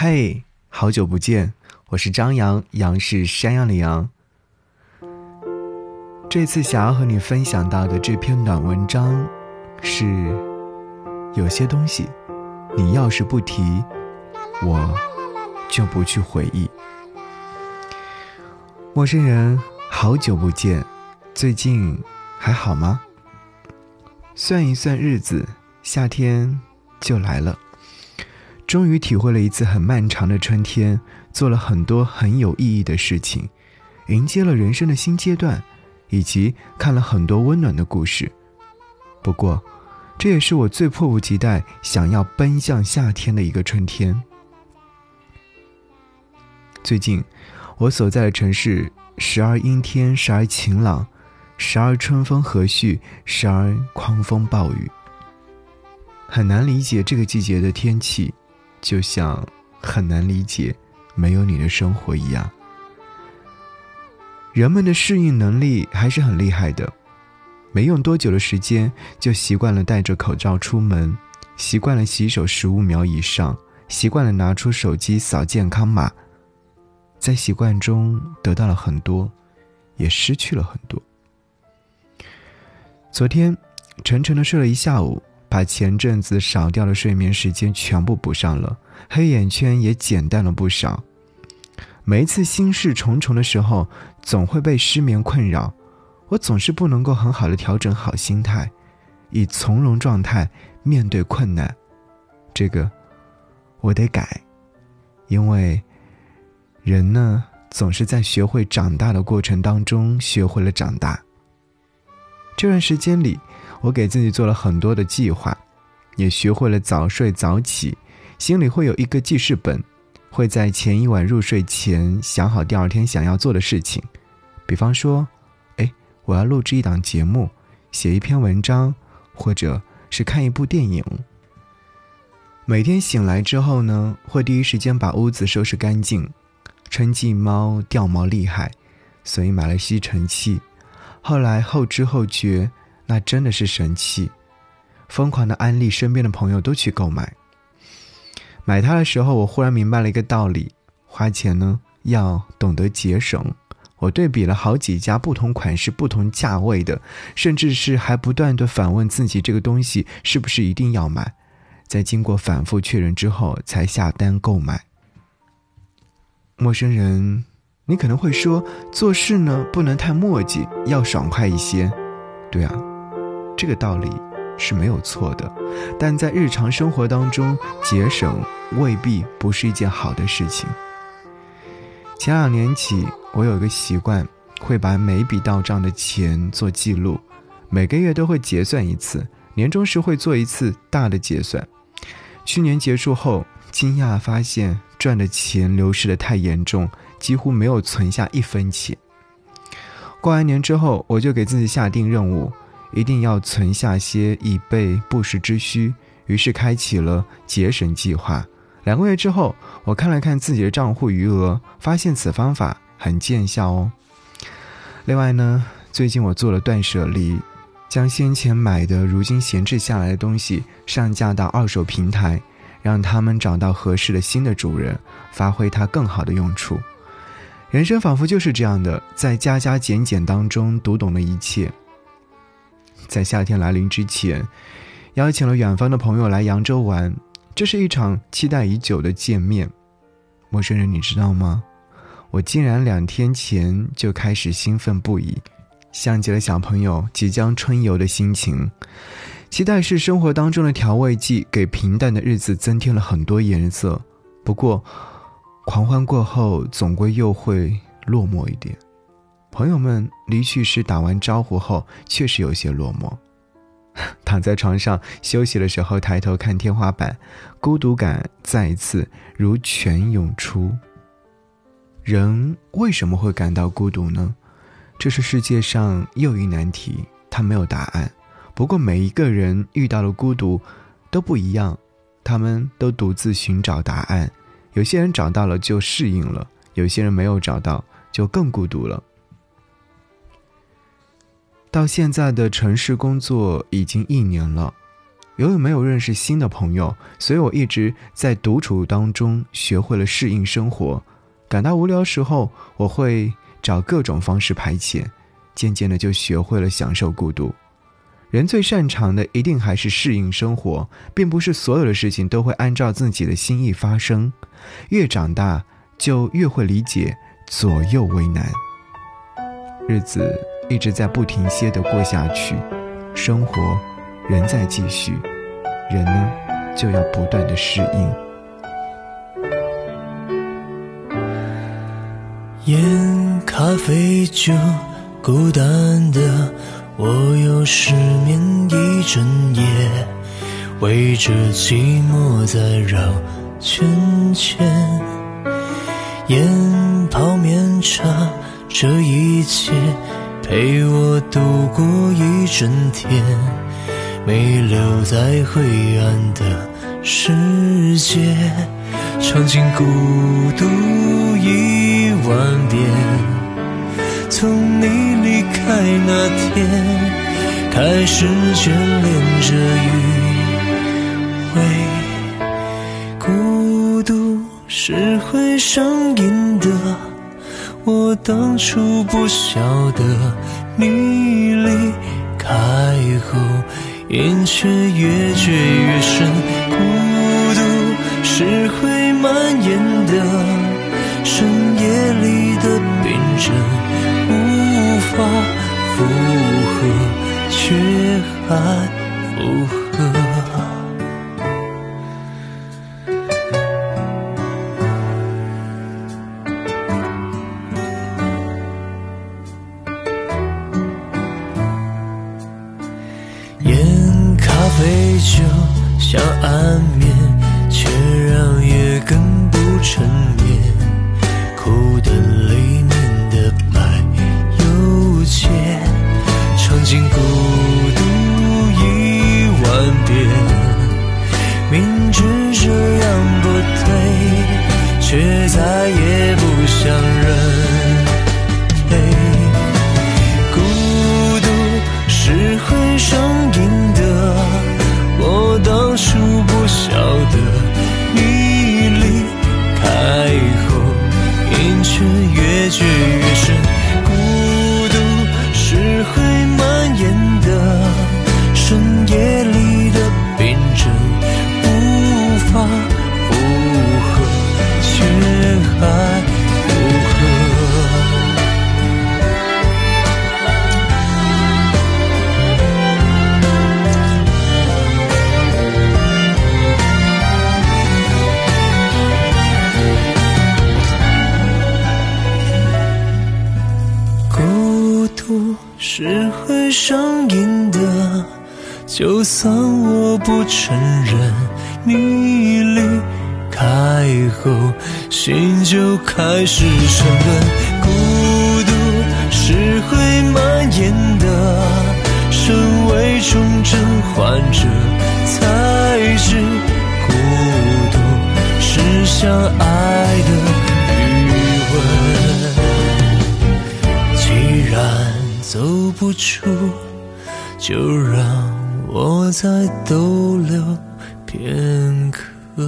嘿，好久不见，我是张扬，杨是山羊的羊。这次想要和你分享到的这篇短文章是，有些东西你要是不提，我就不去回忆。陌生人，好久不见，最近还好吗？算一算日子，夏天就来了。终于体会了一次很漫长的春天，做了很多很有意义的事情，迎接了人生的新阶段，以及看了很多温暖的故事。不过，这也是我最迫不及待想要奔向夏天的一个春天。最近，我所在的城市时而阴天，时而晴朗，时而春风和煦，时而狂风暴雨。很难理解这个季节的天气，就像很难理解没有你的生活一样。人们的适应能力还是很厉害的，没用多久的时间就习惯了戴着口罩出门，习惯了洗手15秒以上，习惯了拿出手机扫健康码。在习惯中得到了很多，也失去了很多。昨天沉沉地睡了一下午，把前阵子少掉的睡眠时间全部补上了，黑眼圈也减淡了不少。每一次心事重重的时候，总会被失眠困扰，我总是不能够很好的调整好心态，以从容状态面对困难。这个我得改，因为人呢，总是在学会长大的过程当中学会了长大。这段时间里，我给自己做了很多的计划，也学会了早睡早起，心里会有一个记事本，会在前一晚入睡前想好第二天想要做的事情。比方说，我要录制一档节目，写一篇文章，或者是看一部电影。每天醒来之后呢，会第一时间把屋子收拾干净。春季猫掉毛厉害，所以买了吸尘器。后来后知后觉，那真的是神器，疯狂的安利身边的朋友都去购买。买它的时候，我忽然明白了一个道理，花钱呢要懂得节省。我对比了好几家不同款式不同价位的，甚至是还不断地反问自己这个东西是不是一定要买，在经过反复确认之后才下单购买。陌生人，你可能会说，做事呢不能太磨叽，要爽快一些。对啊，这个道理是没有错的，但在日常生活当中，节省未必不是一件好的事情。前2年起，我有一个习惯，会把每笔到账的钱做记录，每个月都会结算一次，年终时会做一次大的结算。去年结束后，惊讶发现赚的钱流失得太严重，几乎没有存下1分钱。过完年之后，我就给自己下定任务，一定要存下些以备不时之需，于是开启了节省计划。2个月之后，我看了看自己的账户余额，发现此方法很见效哦。另外呢，最近我做了断舍离，将先前买的如今闲置下来的东西上架到二手平台，让他们找到合适的新的主人，发挥它更好的用处。人生仿佛就是这样的，在加加减减当中读懂了一切。在夏天来临之前，邀请了远方的朋友来扬州玩，这是一场期待已久的见面。陌生人，你知道吗？我竟然2天前就开始兴奋不已，像极了小朋友即将春游的心情。期待是生活当中的调味剂，给平淡的日子增添了很多颜色。不过狂欢过后，总归又会落寞一点。朋友们离去时打完招呼后，确实有些落寞。躺在床上休息的时候，抬头看天花板，孤独感再一次如泉涌出。人为什么会感到孤独呢？这是世界上又一难题，它没有答案。不过每一个人遇到的孤独都不一样，他们都独自寻找答案。有些人找到了就适应了，有些人没有找到就更孤独了。到现在的城市工作已经1年了， 由于没有认识新的朋友，所以我一直在独处当中学会了适应生活。感到无聊时候，我会找各种方式排遣，渐渐的就学会了享受孤独。人最擅长的一定还是适应生活，并不是所有的事情都会按照自己的心意发生。越长大，就越会理解左右为难。日子一直在不停歇地过下去，生活仍在继续，人呢，就要不断地适应。 烟咖啡酒，孤单的我又失眠一整夜，围着寂寞在绕圈圈。烟泡面茶，这一切陪我度过一整天，没留在灰暗的世界，尝尽孤独1万遍。从你离开那天，开始眷恋着余味，孤独是会上瘾的，我当初不晓得，你离开后瘾却越嚼越深，孤独是会蔓延的，深夜里的病症，无法负荷，却还负荷。烟咖啡酒像安眠，却让夜更不成眠，苦的泪念的白又切，尝尽孤独1万遍，明知这样不对，却再也不想认。孤独是会上瘾的，我当初不晓得，你离开后瘾却越嚼越深，孤独是会蔓延的，深夜里的病症，无法负荷，却还负荷。孤独是会上瘾的，就算我不承认，你离开后心就开始沉沦，孤独是会蔓延的，身为重症患者才知孤独是相爱的余温，既然走不出，就让我再逗留片刻。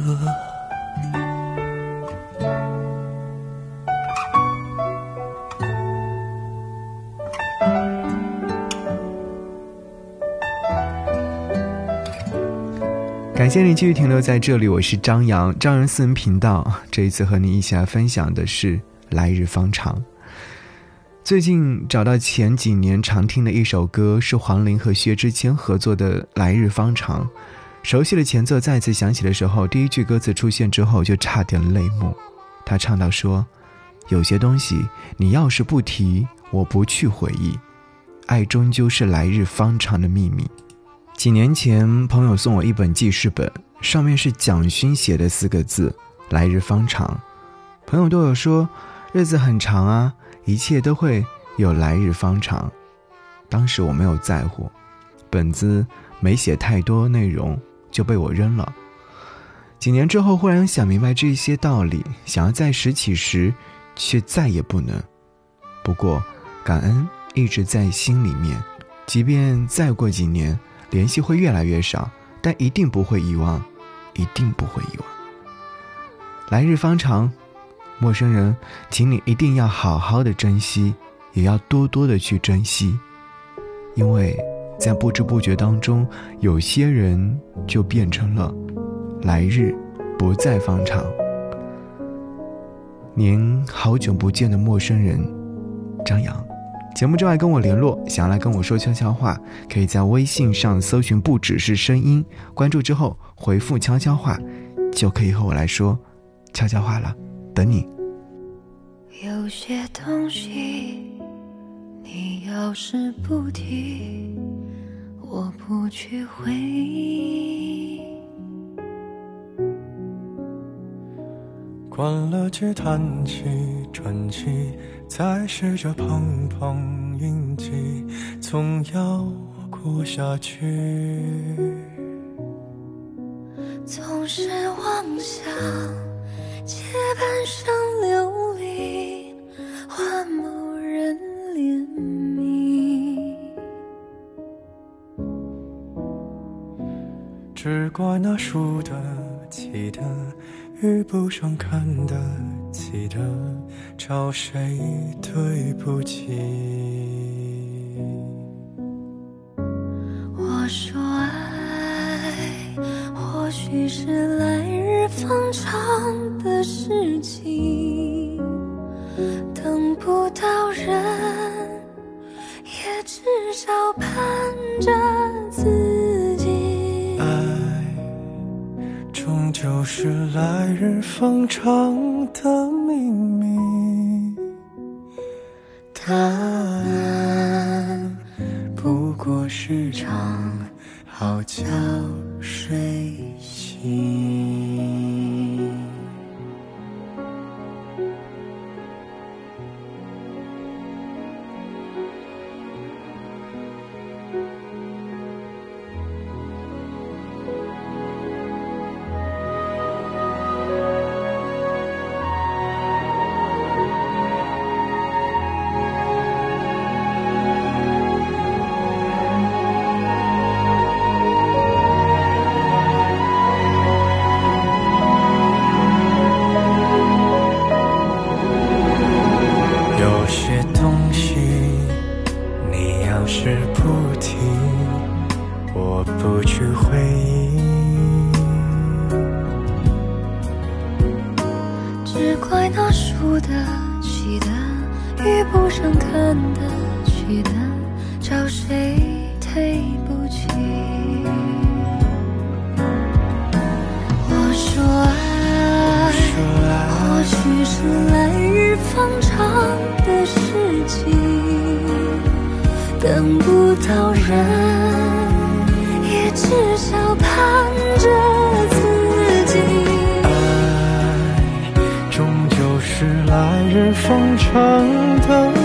感谢你继续停留在这里，我是张扬，张扬私人频道。这一次和你一起来分享的是来日方长。最近找到前几年常听的一首歌，是黄龄和薛之谦合作的《来日方长》。熟悉的前奏再次响起的时候，第一句歌词出现之后就差点泪目。他唱到说，有些东西你要是不提，我不去回忆，爱终究是来日方长的秘密。几年前朋友送我一本记事本，上面是蒋勋写的4个字，来日方长。朋友对我说，日子很长啊，一切都会有来日方长。当时我没有在乎，本子没写太多内容就被我扔了。几年之后忽然想明白这些道理，想要再拾起时却再也不能。不过感恩一直在心里面，即便再过几年联系会越来越少， 但一定不会遗忘，一定不会遗忘。来日方长，陌生人，请你一定要好好的珍惜，也要多多的去珍惜，因为在不知不觉当中，有些人就变成了来日不再方长。您好久不见的陌生人，张扬。节目之外跟我联络，想要来跟我说悄悄话，可以在微信上搜寻不只是声音，关注之后回复悄悄话，就可以和我来说悄悄话了，等你。 有些东西你要是不提，我不去回忆。 关了机叹气喘气，再试着碰碰运气，总要过下去。 总是妄想借半生流离换某人怜悯， 只怪那输得起的遇不上看得起的，找谁对不起？ 我说爱或许是来日方长的事情，等不到人也至少盼着自己。 终究是来日方长的秘密，答案不过是场好觉睡醒。有些东西你要是不提，我不去回忆。 只怪那输得起的遇不上看得起的，找谁对不起？我说爱或许是来日方长的事情，等不到人也至少盼着自己。 爱终究是来日方长的